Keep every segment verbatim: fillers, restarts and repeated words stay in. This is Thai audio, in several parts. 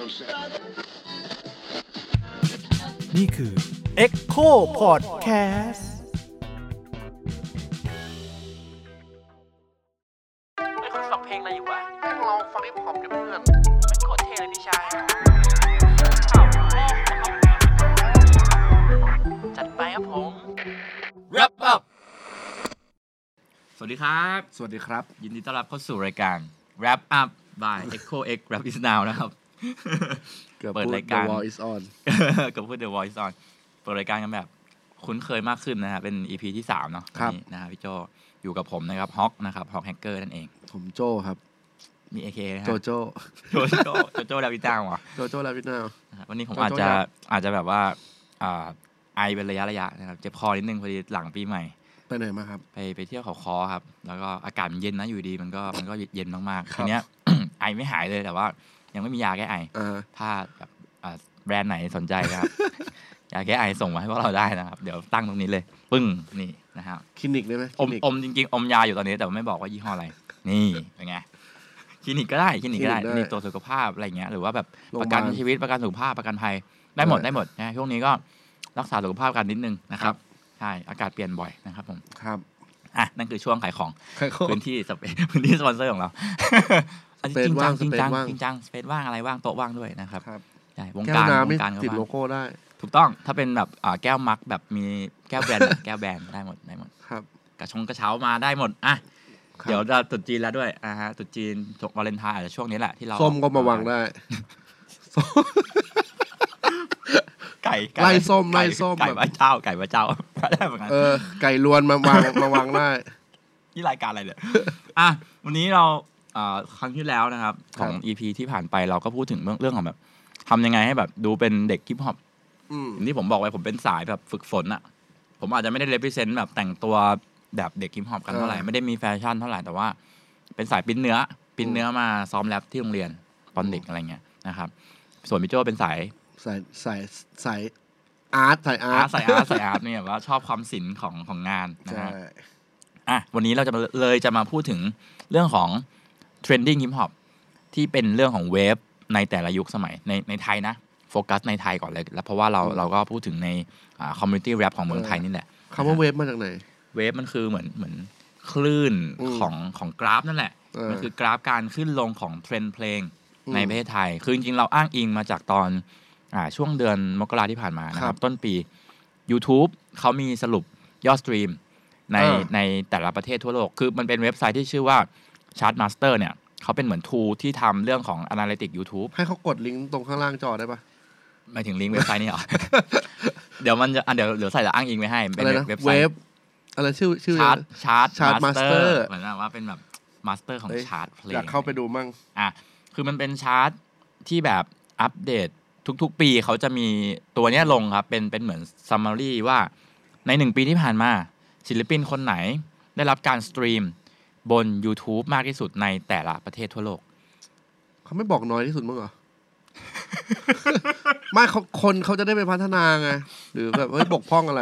นี่คือ Echo Podcast ไม่คุณฟังเพลงอะไรอยู่วะแม่งลองฟังฮิปฮอปดิเพื่อนไม่โคตรเท่เลยพี่ชายข่าวจัดไปครับผม Wrap up สวัสดีครับสวัสดีครับยินดีต้อนรับเข้าสู่รายการ Wrap up by Echo X Rap is now นะครับเปิดรายการ The Voice on กับพูด The Voice on เปิดรายการกันแบบคุ้นเคยมากขึ้นนะครับเป็น อี พี ที่สามเนาะวันนี้นะครับพี่โจอยู่กับผมนะครับฮอกนะครับฮอกแฮกเกอร์นั่นเองผมโจครับมี เอ เค นะครับโจโจโจโจโจโจลาวิต้าว่ะโจโจลาวิต้าวันนี้ผมอาจจะอาจจะแบบว่าอ่าไอเป็นระยะระยะนะครับเจ็บคอนิดนึงพอดีหลังปีใหม่ไปไหนมาครับไปไปเที่ยวเขาคอครับแล้วก็อากาศมันเย็นนะอยู่ดีมันก็มันก็เย็นมากๆทีเนี้ย ไอไม่หายเลยแต่ว่ายังไม่มียาแก้ไอถ้าแบบแบรนด์ไหนสนใจครับยาแก้ไอส่งมาให้พวกเราได้นะครับเดี๋ยวตั้งตรงนี้เลยปึ้งนี่นะครับคลินิกได้ไหมอมอมจริงๆอมยาอยู่ตอนนี้แต่ไม่บอกว่ายี่ห้ออะไรนี่เป็นไงคลินิกก็ได้คลินิกก็ได้นี่ตัวสุขภาพอะไรเงี้ยหรือว่าแบบประกันชีวิตประกันสุขภาพประกันภัยได้หมดได้หมดนะช่วงนี้ก็รักษาสุขภาพกันนิดนึงนะครับใช่อากาศเปลี่ยนบ่อยนะครับผมครับอ่ะนั่นคือช่วงขายของพื้นที่สเปซพื้นที่สปอนเซอร์ของเราจริงจังจริงจังจริงจังสเปซว่างอะไรว่างโต๊ะว่างด้วยนะครับใช่วงการวงการติดโลโก้ได้ถูกต้องถ้าเป็นแบบแก้วมักแบบมีแก้วแบรนด์แก้วแบรนด์ได้หมดได้หมดครับกระชงกระเช้ามาได้หมดอ่ะเดี๋ยวจะตรุษจีนแล้วด้วยอ่าฮะตรุษจีนจบวาเลนไทน์อาจจะช่วงนี้แหละที่เราส้มก็มาวางได้ไก่ไล่ส้มไล่ส้มไก่พระเจ้าไก่พระเจ้าได้เหมือนกันเออไก่ล้วนมาวางมาวางได้นี่รายการอะไรเนี่ยอ่ะวันนี้เราครั้งที่แล้วนะครับของ อี พี ที่ผ่านไปเราก็พูดถึงเรื่องของแบบทำยังไงให้แบบดูเป็นเด็กฮิปฮอปอย่างที่ผมบอกไว้ผมเป็นสายแบบฝึกฝนอะผมอาจจะไม่ได้ represent แบบแต่งตัวแบบเด็กฮิปฮอปกันเท่าไหร่ไม่ได้มีแฟชั่นเท่าไหร่แต่ว่าเป็นสายปิ้นเนื้อปิ้นเนื้อมาซ้อมแรปที่โรงเรียนตอนเด็กอะไรเงี้ยนะครับส่วนพี่โจ้เป็นสายสายสายสายอาร์ตสายอาร์ตสายอาร์ตสายอาร์ตเนี่ยว่าชอบความศิลป์ของของงานนะฮะอ่ะวันนี้เราจะเลยจะมาพูดถึงเรื่องของ trending hip hop ที่เป็นเรื่องของเวฟในแต่ละยุคสมัยในในไทยนะโฟกัสในไทยก่อนเลยแล้วเพราะว่าเราเราก็พูดถึงในอ่า community rap ของเมืองไทยนี่แหละคำว่าเวฟมาจากไหนเวฟมันคือเหมือนเหมือนคลื่นของของกราฟนั่นแหละมันคือกราฟการขึ้นลงของเทรนด์เพลงในประเทศไทยคือจริงๆเราอ้างอิงมาจากตอนอ่าช่วงเดือนมกราที่ผ่านมานะครับต้นปี YouTube เขามีสรุปยอดสตรีมในในแต่ละประเทศทั่วโลกคือมันเป็นเว็บไซต์ที่ชื่อว่า Chartmaster เนี่ยเขาเป็นเหมือน tool ที่ทำเรื่องของ Analytics YouTube ให้เขากดลิงก์ตรงข้างล่างจอได้ปะหมายถึงลิงก์เว็บไซต์นี่เหรอ เดี๋ยวมันจะอ่ะเดี๋ยวเดี๋ยวใส่จะอ้างอิงไว้ให้เป็นเว็บไซต์อะไรชื่อชื่อ Chart Chart Chartmaster เหมือนว่าเป็นแบบมาสเตอร์ของชาร์ตเพลงอยากเข้าไปดูมั่งอ่ะคือมันเป็นชาร์ตที่แบบอัปเดตทุกๆปีเขาจะมีตัวนี้ลงครับเป็นเป็นเหมือน summary ว่าในหนึ่งปีที่ผ่านมาศิลปินคนไหนได้รับการสตรีมบน YouTube มากที่สุดในแต่ละประเทศทั่วโลกเขาไม่บอกน้อยที่สุดมั้งเหรอ ไม่เขาคนเขาจะได้ไปพัฒนาไงหรือแบบเฮ้ยบกพร่องอะไร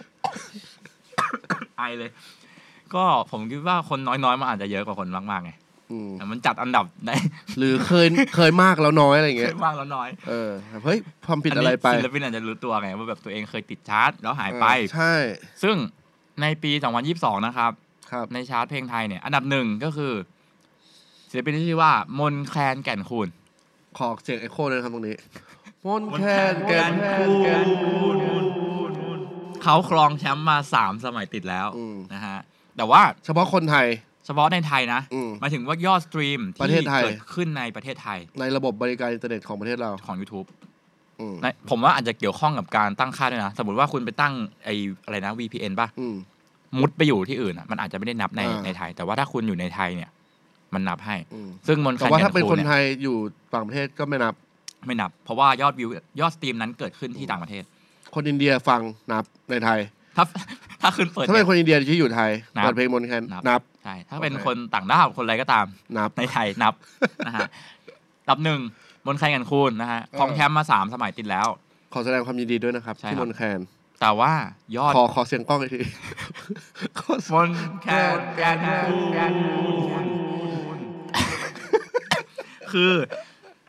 ไอเลยก็ผมคิดว่าคนน้อยๆมันอาจจะเยอะกว่าคนมากๆไงแต่มันจัดอันดับได้หรือเคยเคยมากแล้วน้อยอะไรเงี้ยเคยมากแล้วน้อยเออเฮ้ยทำผิดอะไรไปศิลปินอาจจะรู้ตัวไงว่าแบบตัวเองเคยติดชาร์ตแล้วหายไปใช่ซึ่งในปีสองพันยี่สิบสองนะครับครับในชาร์ตเพลงไทยเนี่ยอันดับหนึ่งก็คือศิลปินที่ชื่อว่ามนแคนแก่นคูณขอเสียงเอ็โคเลยครับตรงนี้มนแคนแก่นคูณเขาครองแชมป์มาสามสมัยติดแล้วนะฮะแต่ว่าเฉพาะคนไทยเฉพาะในไทยนะหมายถึงว่ายอดสตรีมที่เกิดขึ้นในประเทศไทยในระบบบริการอินเทอร์เน็ตของประเทศเราของ YouTube ผมว่าอาจจะเกี่ยวข้องกับการตั้งค่าด้วยนะสมมติว่าคุณไปตั้งไอ้อะไรนะ วี พี เอ็น ป่ะมุดไปอยู่ที่อื่นอ่ะมันอาจจะไม่ได้นับในในไทยแต่ว่าถ้าคุณอยู่ในไทยเนี่ยมันนับให้ซึ่งมนแคนแต่ว่าถ้าเป็นคนไทยอยู่ต่างประเทศก็ไม่นับไม่นับเพราะว่ายอดวิวยอดสตรีมนั้นเกิดขึ้นที่ต่างประเทศคนอินเดียฟังนับในไทยถ้าถ้าคุณเปิดถ้าเป็นคนอินเดียที่อยู่ไทยเปิดเพลงมนแคนนับใช่ถ้าเป็นคนต่างด้าวคนอะไรก็ตามนับในไทยนับนะฮะนับหนึ่งมนแคนแก่นคูณนะฮะครองแชมป์มาสามสมัยติดแล้วขอแสดงความยินดีด้วยนะครับที่มนแคนแต่ว่ายอดขอขอเสียงกล้องอีกทีมนแคนแก่นคูณคือ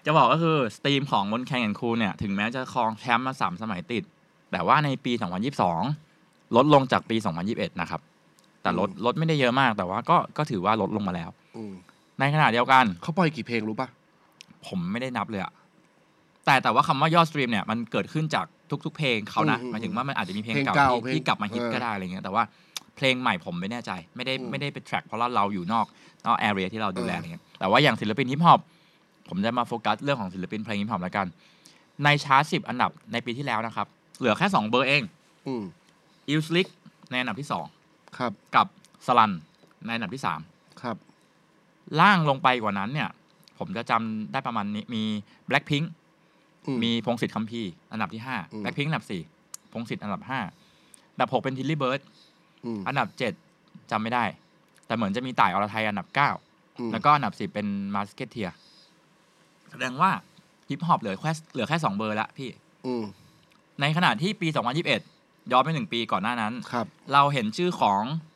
จะบอกก็คือสตรีมของมนแคนแอนด์คูลเนี่ยถึงแม้จะครองแชมป์มาสามสมัยติดแต่ว่าในปีสองพันยี่สิบสองลดลงจากปีสองพันยี่สิบเอ็ดนะครับแต่ลดลดไม่ได้เยอะมากแต่ว่าก็ก็ถือว่าลดลงมาแล้วในขณะเดียวกันเขาปล่อยกี่เพลงรู้ป่ะผมไม่ได้นับเลยอะแต่แต่ว่าคำว่ายอดสตรีมเนี่ยมันเกิดขึ้นจากทุกๆเพลงเขานะหมายถึงว่ามันอาจจะมีเพลงเก่าที่ที่กลับมาฮิตก็ได้อะไรเงี้ยแต่ว่าเพลงใหม่ผมไม่แน่ใจไม่ได้ไม่ได้ไปแทร็กเพราะเราเราอยู่นอกนอกแอเรียที่เราดูแลอะไรเงี้ยแต่ว่าอย่างศิลปินฮิปฮอปผมจะมาโฟกัสเรื่องของศิลปินเพลงฮิปฮอปแล้วกันในชาร์ตสิบอันดับในปีที่แล้วนะครับเหลือแค่สองเบอร์เองอิลสลิกในอันดับที่สองครับกับสลันในอันดับที่สามครับล่างลงไปกว่านั้นเนี่ยผมจะจำได้ประมาณนี้มี Blackpink มีพงษ์สิทธิ์คัมภีร์อันดับที่ห้า Blackpink อันดับสี่พงษ์สิทธิ์อันดับห้าอันดับหกเป็นทิลลี่เบิร์ดอันดับเจ็ดจำไม่ได้แต่เหมือนจะมีต่ายอรไทยอันดับเก้าแล้วก็อันดับสิบเป็นมาสเก็ตเทียแสดงว่าฮิปฮอปเหลือแค่เหลือแค่สองเบอร์ละพี่ในขณะที่ปีสองพันยี่สิบเอ็ดย้อนไปหนึ่งปีก่อนหน้านั้นเราเห็นชื่อของ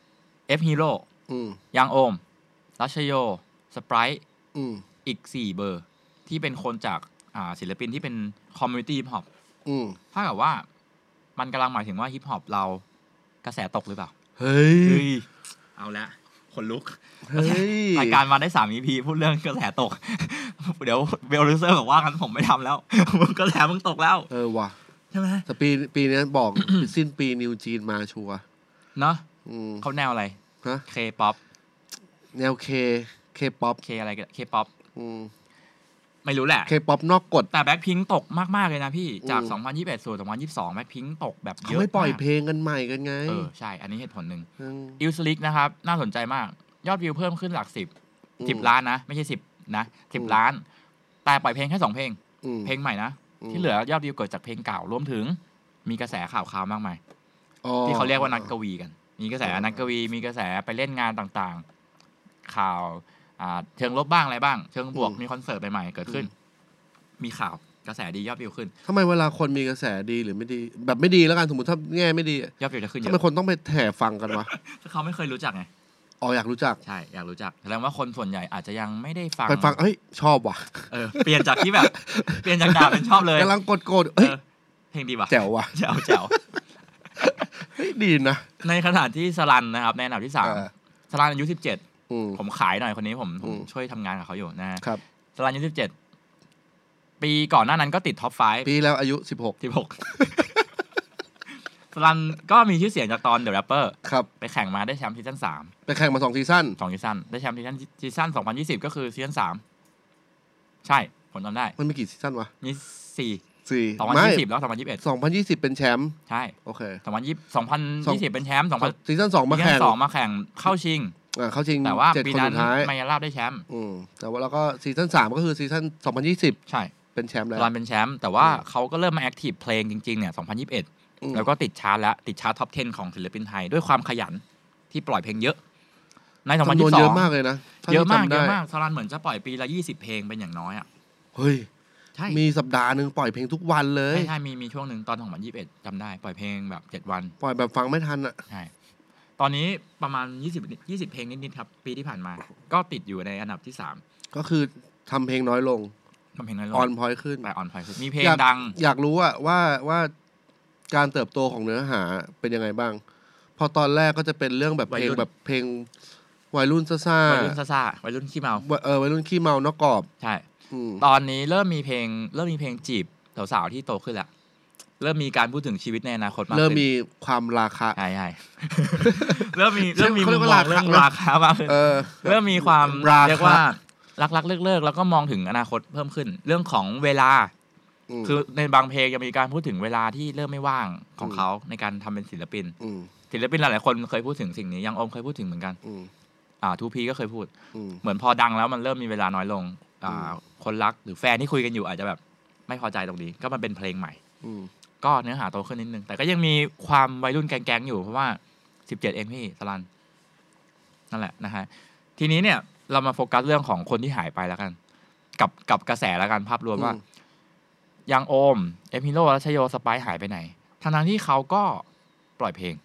F Hero ยังโอมรัชโยสไปร์อีกสี่เบอร์ที่เป็นคนจากศิลปินที่เป็นคอมมูนิตี้ฮิปฮอปถ้ากับว่ามันกำลังหมายถึงว่าฮิปฮอปเรากระแสตกหรือเปล่าเฮ้ยเอาละคนลุกรายการมาได้สาม อี พี พูดเรื่องกระแสตกเดี๋ยวเบลลูเซอร์บอกว่ากันผมไม่ทำแล้วกระแสมึงตกแล้วเออว่ะใช่ไหมแต่ปีปีนี้บอก สิ้นปีนิวจีนมาชัวร์เนาะเขาแนวอะไรฮะ K-pop แนว K K-pop K อะไรกัน K-pop ไม่รู้แหละ K-pop นอกกฎแต่ Blackpink ตกมากๆเลยนะพี่จากสองพันยี่สิบเอ็ดสู่สองพันยี่สิบสอง Blackpink ตกแบบเยอะเขาไม่ปล่อยเพลงกันใหม่กันไงเออใช่อันนี้เหตุผลหนึ่งอิลสลิกนะครับน่าสนใจมากยอดวิวเพิ่มขึ้นหลักสิบ สิบล้านนะไม่ใช่สิบนะสิบล้านแต่ปล่อยเพลงแค่สองเพลงเพลงใหม่นะที่เหลือยอดวิวเกิดจากเพลงเก่ารวมถึงมีกระแสข่าวๆมากมายที่เขาเรียกว่านักกวีกันมีกระแสนักกวีมีกระแสไปเล่นงานต่างๆข่าวเชิงลบบ้างอะไรบ้างเชิงบวกมีคอนเสิร์ตใหม่ๆเกิดขึ้นมีข่าวกระแสดียอดวิวขึ้นทำไมเวลาคนมีกระแสดีหรือไม่ดีแบบไม่ดีแล้วกันสมมติถ้าแง่ไม่ดียอดวิวจะขึ้นเยอะทำไมคนต้องไปแห่ฟังกันวะเขาไม่เคยรู้จักไงอ๋ออยากรู้จักใช่อยากรู้จักแสดงว่าคนส่วนใหญ่อาจจะยังไม่ได้ฟังไปฟังเฮ้ยชอบว่ะเออเปลี่ยนจากที่แบบเปลี่ยนจากด่าเป็นชอบเลยกำลังกดโกรธเฮ้ยเพลงดีว่ะแจ๋วว่ะแจ๋วแจ๋วเฮ้ยดีนะในขณะที่สลันนะครับในอันดับที่สามสลันอายุสิบเจ็ดผมขายหน่อยคนนี้ผมผมช่วยทำงานกับเขาอยู่นะครับสลันอายุสิบเจ็ดปีก่อนหน้านั้นก็ติดท็อปไฟว์ปีแล้วอายุสิบหกสิบหกสลันก็มีชื่อเสียงจากตอน The Rapper ครับไปแข่งมาได้แชมป์ซีซั่นสามไปแข่งมาสองซีซั่นสองซีซั่นได้แชมป์ซีซั่นซีซั่นสองพันยี่สิบก็คือซีซั่นสามใช่ผมจำได้มันมีกี่ซีซั่นวะมีสี่สี่สองพันยี่สิบแล้วสองพันยี่สิบเอ็ดสองพันยี่สิบเป็นแชมป์ใช่โอเคสองพันยี่สิบสองพันยี่สิบเป็นแชมป์สองพันซีซั่นสองมาแข่งสองมาแข่งเข้าชิงอ่าเข้าชิงแต่ว่าปีนั้นมายาลาบได้แชมป์อืมแต่ว่าแล้วก็ซีซั่นสามก็คือซีซั่นสองพันยี่สิบใช่เป็นแชมป์แล้วตอนเป็นแชมป์แต่ว่าเขาก็เริ่มมาแอคทีฟเพลงจริงๆเนี่ยสองพันยี่สิบเอ็ดแล้วก็ติดชาร์ตแล้วติดชาร์ตท็อปสิบของศิลปินไทยด้วยความขยันที่ปล่อยเพลงเยอะในสองพันยี่สิบสองเยอะมากเลยนะเยอะมากเยอะมากสลันเหมือนจะปล่อยปีละยี่สิบเพลงเป็นอย่างน้อยอ่ะเฮ้ยใช่มีสัปดาห์นึงปล่อยเพลงทุกวันเลยใช่ใช่มีมีช่วงนึงตอนสองพันยี่สิบเอ็ดจำได้ปล่อยเพลงแบบเจ็ดวันปล่อยแบบฟังไม่ทันอ่ะใช่ตอนนี้ประมาณยี่สิบ ยี่สิบเพลงนิดๆครับปีที่ผ่านมาก็ติดอยู่ในอันดับที่สามก็คือทำเพลงน้อยลงทำเพลงน้อยลงออนพอยต์ขึ้นแต่ออนพอยต์ขึ้นมีเพลงดังอยากรู้ว่าว่าว่าการเติบโตของเนื้อหาเป็นยังไงบ้างพอตอนแรกก็จะเป็นเรื่องแบบเพลงแบบเพลงวัยรุ่นซ่าวัยรุ่นซ่าวัยรุ่นขี้เมาเออวัยรุ่นขี้เมานอกกรอบใช่ตอนนี้เริ่มมีเพลงเริ่มมีเพลงจีบสาวๆที่โตขึ้นแล้วเริ่มมีการพูดถึงชีวิตในอนาคตมากขึ้นเริ่มมีความราคาใช่ใช่เริ่มมีเริ่มมีมุมมองเรื่องราคามากขึ้นเริ่มมีความเรียกว่ารักๆเลิกๆแล้วก็มองถึงอนาคตเพิ่มขึ้นเรื่องของเวลาคือในบางเพลงยังมีการพูดถึงเวลาที่เริ่มไม่ว่างของเขาในการทำเป็นศิลปินศิลปินหลายๆคนเคยพูดถึงสิ่งนี้ยังอมเคยพูดถึงเหมือนกันอ่าทูพีก็เคยพูดเหมือนพอดังแล้วมันเริ่มมีเวลาน้อยลงอ่าคนรักหรือแฟนที่คุยกันอยู่อาจจะแบบไม่พอใจตรงนี้ก็มันเป็นเพลงใหม่ก็เนื้อหาโตขึ้นนิดนึงแต่ก็ยังมีความวัยรุ่นแก๊งๆอยู่เพราะว่าสิบเจ็ดเองพี่สลันนั่นแหละนะฮะทีนี้เนี่ยเรามาโฟกัสเรื่องของคนที่หายไปแล้วกันกับกับกระแสแล้วกันภาพรวมว่ายังโอมเอพิโรและชโยสไปซ์หายไปไหนทั้งที่เขาก็ปล่อยเพลง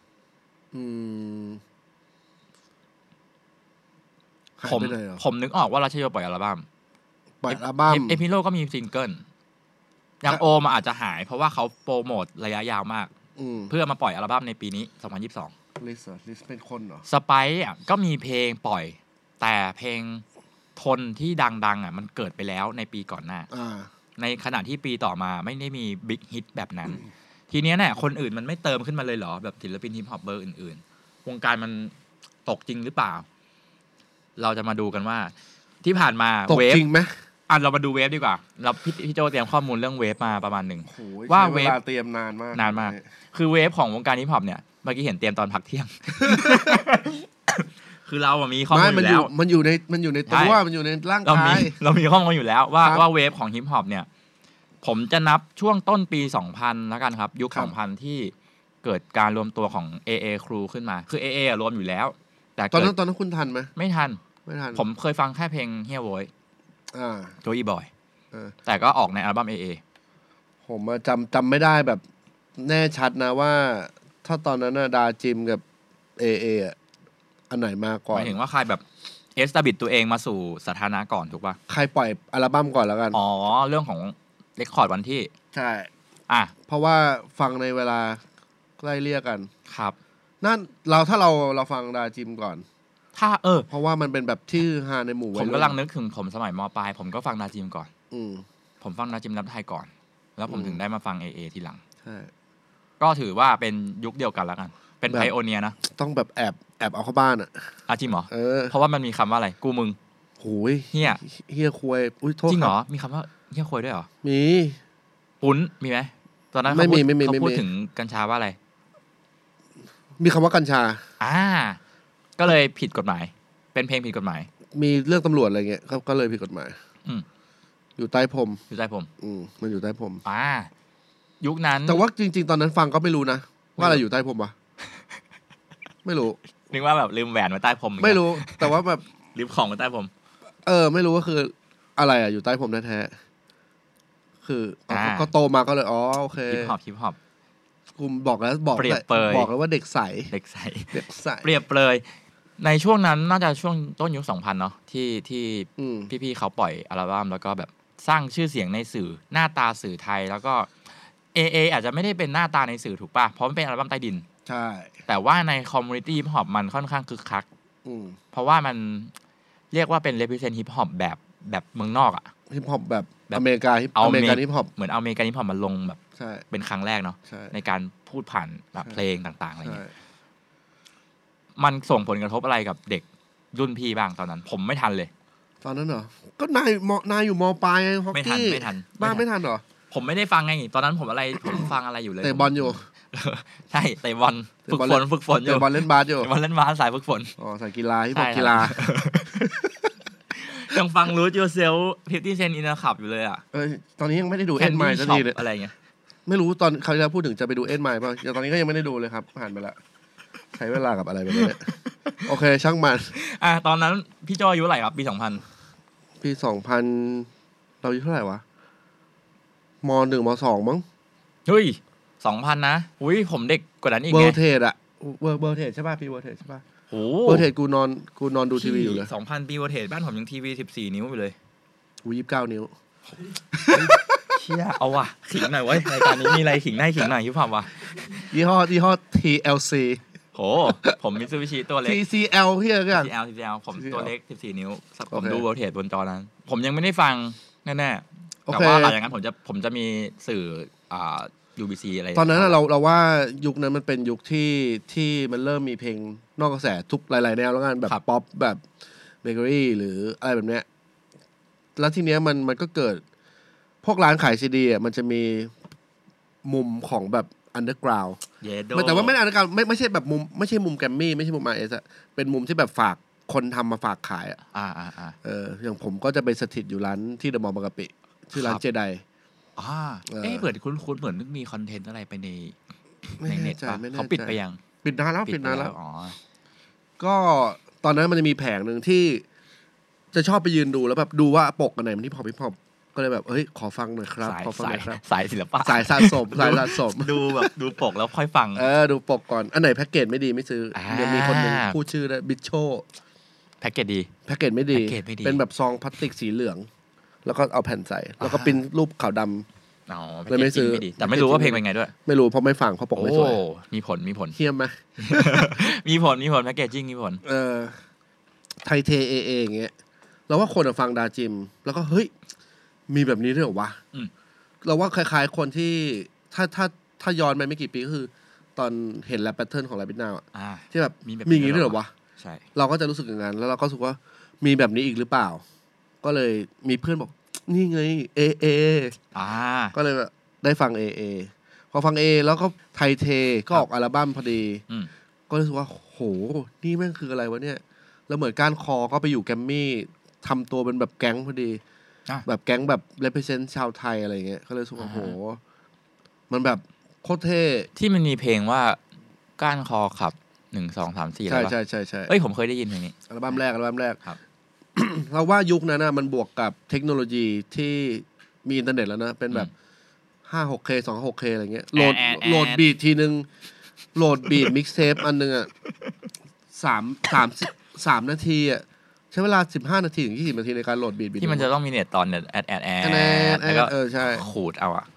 ผมผมนึกออกว่ารัชโยปล่อยอัลบั้มปล่อยอัลบั้มเอพิโลก็มีซิงเกิลอย่างโอมอาจจะหายเพราะว่าเขาโปรโมทระยะยาวมากเพื่อมาปล่อยอัลบั้มในปีนี้สองพันยี่สิบสองลิสลิสเป็นคนเหรอสไปซ์อ่ะก็มีเพลงปล่อยแต่เพลงทนที่ดังๆอ่ะมันเกิดไปแล้วในปีก่อนหน้าในขณะที่ปีต่อมาไม่ได้มีบิ๊กฮิตแบบนั้นทีเนี้ยเนี่ยคนอื่นมันไม่เติมขึ้นมาเลยเหรอแบบศิลปินฮิปฮอปเบอร์อื่นๆวงการมันตกจริงหรือเปล่าเราจะมาดูกันว่าที่ผ่านมาตกจริงไหมอ่ะเรามาดูเวฟดีกว่าเราพี่พี่โจเตรียมข้อมูลเรื่องเวฟมาประมาณหนึ่งว่าเวฟเตรียมนานมากนานมากคือเวฟของวงการฮิปฮอปเนี่ยเมื่อกี้เห็นเตรียมตอนพักเที่ยง คือเรามีข้อมูลอยู่แล้วมันอยู่ในมันอยู่ในตัวมันอยู่ในร่างกายเรามีข้อมูลอยู่แล้วว่าว่าเวฟของฮิปฮอปเนี่ยผมจะนับช่วงต้นปีสองพันแล้วกันครับยุคสองพันที่เกิดการรวมตัวของ เอ เอ Crew ขึ้นมาคือ เอ เอ รวมอยู่แล้วแต่ตอนนั้นตอนนั้นคุณทันไหมไม่ทันไม่ทันผมเคยฟังแค่เพลงเฮียโวยอ่าโจอีบอยแต่ก็ออกในอัลบั้ม เอ เอผมจำจำไม่ได้แบบแน่ชัดนะว่าถ้าตอนนั้นดาจิมกับ เอ เอ อ่ะอันไหนมาก่อนหมายถึงว่าใครแบบเอสตาบิดตัวเองมาสู่สถานะก่อนถูกป่ะใครปล่อยอัลบั้มก่อนแล้วกันอ๋อเรื่องของเรคคอร์ดวันที่ใช่อ่ะเพราะว่าฟังในเวลาใกล้เรียกกันครับนั่นเราถ้าเราเราฟังดาจิมก่อนถ้าเออเพราะว่ามันเป็นแบบที่ฮาในหมู่ผมกำลังนึกถึงผมสมัยม.ปลายผมก็ฟังดาจิมก่อนอืมผมฟังดาจิมรับไทยก่อนแล้วผมถึงได้มาฟัง เอ เอ ทีหลังใช่ก็ถือว่าเป็นยุคเดียวกันแล้วกันเป็นไพโอเนียนะต้องแบบแอบแอบเอาเข้าบ้านอ่ะอาจิมเหรอเออเพราะว่ามันมีคำว่าอะไรกูมึงโอ้ยเฮียเฮียควยอุ้ยโทษจริงเหรอมีคำว่าเฮียควยด้วยเหรอมีปุ้นมีไหมตอนนั้นเขาพูดเขาพูดถึงกัญชาว่าอะไรมีคำว่ากัญชาอ่าก็เลยผิดกฎหมายเป็นเพลงผิดกฎหมายมีเรื่องตำรวจอะไรเงี้ยก็เลยผิดกฎหมายอืมอยู่ใต้พรมอยู่ใต้พรมอืมมันอยู่ใต้พรมอ่ายุคนั้นแต่ว่าจริงๆตอนนั้นฟังก็ไม่รู้นะว่าอะไรอยู่ใต้พรมวะไม่รู้นึกว่าแบบลืมแหวนไว้ใต้พรมไม่รู้แต่ว่าแบบลืมของไว้ใต้พรมเออไม่รู้ว่าคืออะไรอ่ะอยู่ใต้พรมแท้ๆคือก็โตมาก็เลยอ๋อโอเคฮิปฮอปฮิปฮอปกูบอกแล้วบอกเปรียบเปรยบอกแล้วว่าเด็กใสเด็กใสเด็กใสเปรียบเปรยในช่วงนั้นน่าจะช่วงต้นยุคสองพันเนาะที่ที่พี่ๆเขาปล่อยอัลบั้มแล้วก็แบบสร้างชื่อเสียงในสื่อหน้าตาสื่อไทยแล้วก็ เอ เอ อาจจะไม่ได้เป็นหน้าตาในสื่อถูกป่ะเพราะมันเป็นอัลบั้มใต้ดินใช่แต่ว่าในคอมมูนิตี้ฮิปฮอปมันค่อนข้างคึกคักเพราะว่ามันเรียกว่าเป็น represent ฮิปฮอปแบบแบบเมืองนอกอะฮิปฮอปแบบอเมริกาฮิปอเมริกันฮิปฮอปเหมือนเอาอเมริกันฮิปฮอปมาลงแบบเป็นครั้งแรกเนาะในการพูดผ่านแบบเพลงต่างๆอะไรเงี้ยมันส่งผลกระทบอะไรกับเด็กรุ่นพี่บ้างตอนนั้นผมไม่ทันเลยตอนนั้นเหรอก็นายมนายอยู่มปลายไงฮอกกี้ไม่ทันบ้าไม่ทันเหรอผมไม่ได้ฟังไงตอนนั้นผมอะไรผมฟังอะไรอยู่เลยเตะบอลอยู่ใช่เตะบอลฝึกฝนฝึกฝนอยู่เตะบอลเล่นบาสอยู่บอลเล่นบาสสายฝึกฝนอ๋อสายกีฬาที่บอกกีฬายังฟังรู้ยูเซลฟิฟตี้เซนต์อินเนอร์คับอยู่เลยอ่ะเออตอนนี้ยังไม่ได้ดูเอ็นไมล์สักทีเลยอะไรเงี้ยไม่รู้ตอนเขาจะพูดถึงจะไปดูเอ็นไมล์ป่ะตอนนี้ก็ยังไม่ได้ดูเลยครับผ่านไปละใช้เวลากับอะไรไปเนี่ยโอเคช่างมันอ่ะตอนนั้นพี่จออายุเท่าไหร่ครับปีสองพันปีสองพันเราอายุเท่าไหร่วะมหนึ่งมสองมั้งเฮ้ยสองพันนะอุ้ยผมเด็กกว่านั้นอีกไงเบอร์เทดอะเบอร์เบอร์เทดใช่ป่ะปีเบอร์เทดใช่ป่ะโอ้เบอร์เทดกูนอนกูนอนดูทีวีอยู่เลยสองพันปีเบอร์เทดบ้านผมยังทีวีสิบสี่นิ้วอยู่เลยกูยี่สิบเก้านิ้วเชี่ยเอาว่ะขิงหน่อยเว้ยรายการนี้มีอะไรขิงได้ขิงหน่อยฮิปฮอปว่ะยี่ห้อยี่ห้อ ที แอล ซีโหผมมิตซูบิชิตัวเล็กที ซี แอล เฮียกันที ซี แอล ที ซี แอล ผมตัวเล็กสิบสี่นิ้วผมดูเบอร์เทดบนจอนั้นผมยังไม่ได้ฟังแน่ๆแต่ว่าหลังจากนั้นผมจะผมจะมีสื่ออ่า ยู บี ซี อะไรตอนนั้นเราเราว่ายุคนั้นมันเป็นยุคที่ที่มันเริ่มมีเพลงนอกกระแสทุกหลายๆแนวแล้วกันแบบป๊อปแบบเบเกอรี่หรืออะไรแบบเนี้ยแล้วทีเนี้ยมันมันก็เกิดพวกร้านขายซีดีอ่ะมันจะมีมุมของแบบอันเดอร์กราวด์แต่ว่าไม่อันเดอร์กราวด์ไม่ไม่ใช่แบบมุมไม่ใช่มุมแกรมมี่ไม่ใช่มุม อาร์ เอส อ่ะเป็นมุมที่แบบฝากคนทำมาฝากขายอ่ะอ่าๆๆเอออย่างผมก็จะไปสถิตอยู่ร้านที่เดอะมอลล์บางกะปิชื่อร้านเจไดอ่าเอ๊ะเปิดคุ้นๆเหมือนนึกมีคอนเทนต์อะไรไปในในเน็ตป่ะเขาปิดไปยังปิดนานแล้วปิดนานแล้วอ๋อก็ตอนนั้นมันจะมีแผงนึงที่จะชอบไปยืนดูแล้วแบบดูว่าปกอันไหนมันที่พอพี่พอก็เลยแบบเฮ้ยขอฟังหน่อยครับขอฟังหน่อยครับสายศิลปะสายสะสมสายสะสมดูแบบดูปกแล้วค่อยฟังเออดูปกก่อนอันไหนแพ็กเกจไม่ดีไม่ซื้อเดี๋ยวมีคนนึงพูดชื่อได้บิชโชแพ็กเกจดีแพ็กเกจไม่ดีเป็นแบบซองพลาสติกสีเหลืองแล้วก็เอาแผ่นใส่แล้วก็ปริ้นรูปขาวดำอ๋อเลยไม่ซื้อแต่ไม่รู้ว่าเพลงเป็นไงด้วยไม่รู้เพราะไม่ฟังเพราะปกไม่สวยมีผลมีผลเฮี้ยมไหมมีผลมีผลแพคเกจจิ้งมีผลเออไทเทเอเออย่างเงี้ยเราว่าคนฟังดาจิมแล้วก็เฮ้ยมีแบบนี้ด้วยเหรอวะเราว่าคล้ายๆคนที่ถ้าถ้าถ้าย้อนไปไม่กี่ปีก็คือตอนเห็นแรปแพทเทิร์นของแรปปินาวอ่ะที่แบบมีอย่างนี้ด้วยเหรอวะใช่เราก็จะรู้สึกอย่างนั้นแล้วเราก็รู้สึกว่ามีแบบนี้อีกหรือเปล่าก็เลยมีเพื่อนบอกนี่ไงเอเออ่าก็เลยแบบได้ฟังเอเอพอฟังเอแล้วก็ไทเทก็ออกอัลบั้มพอดีก็รู้สึกว่าโหนี่แม่งคืออะไรวะเนี่ยแล้วเหมือนก้านคอก็ไปอยู่แกรมมี่ทำตัวเป็นแบบแก๊งพอดีแบบแก๊งแบบ represent ชาวไทยอะไรเงี้ยก็เลยรู้สึกว่าโหมันแบบโคตรเท่ที่มันมีเพลงว่าก้านคอขับหนึ่งสองสามสี่ใช่ใช่ใช่ใช่เอ้ยผมเคยได้ยินเพลงนี้อัลบั้มแรกอัลบั้มแรกครับเราว่ายุคนั้นนะมันบวกกับเทคโนโลยีที่มีอินเทอร์เน็ตแล้วนะเป็นแบบห้า หกเค สอง หกเคอะไรเงี้ยโหลดโหลดบีททีนึงโหลดบีทมิกซ์เทปอันนึงอ่ะสาม สาม สามนาทีอ่ะใช้เวลาสิบห้านาทีถึงยี่สิบนาทีในการโหลดบีทที่มันจะต้องมีเน็ตตอนเน็ตแอดแอดแอดแล้วก็เออใช่ขูดเอาอ่ะ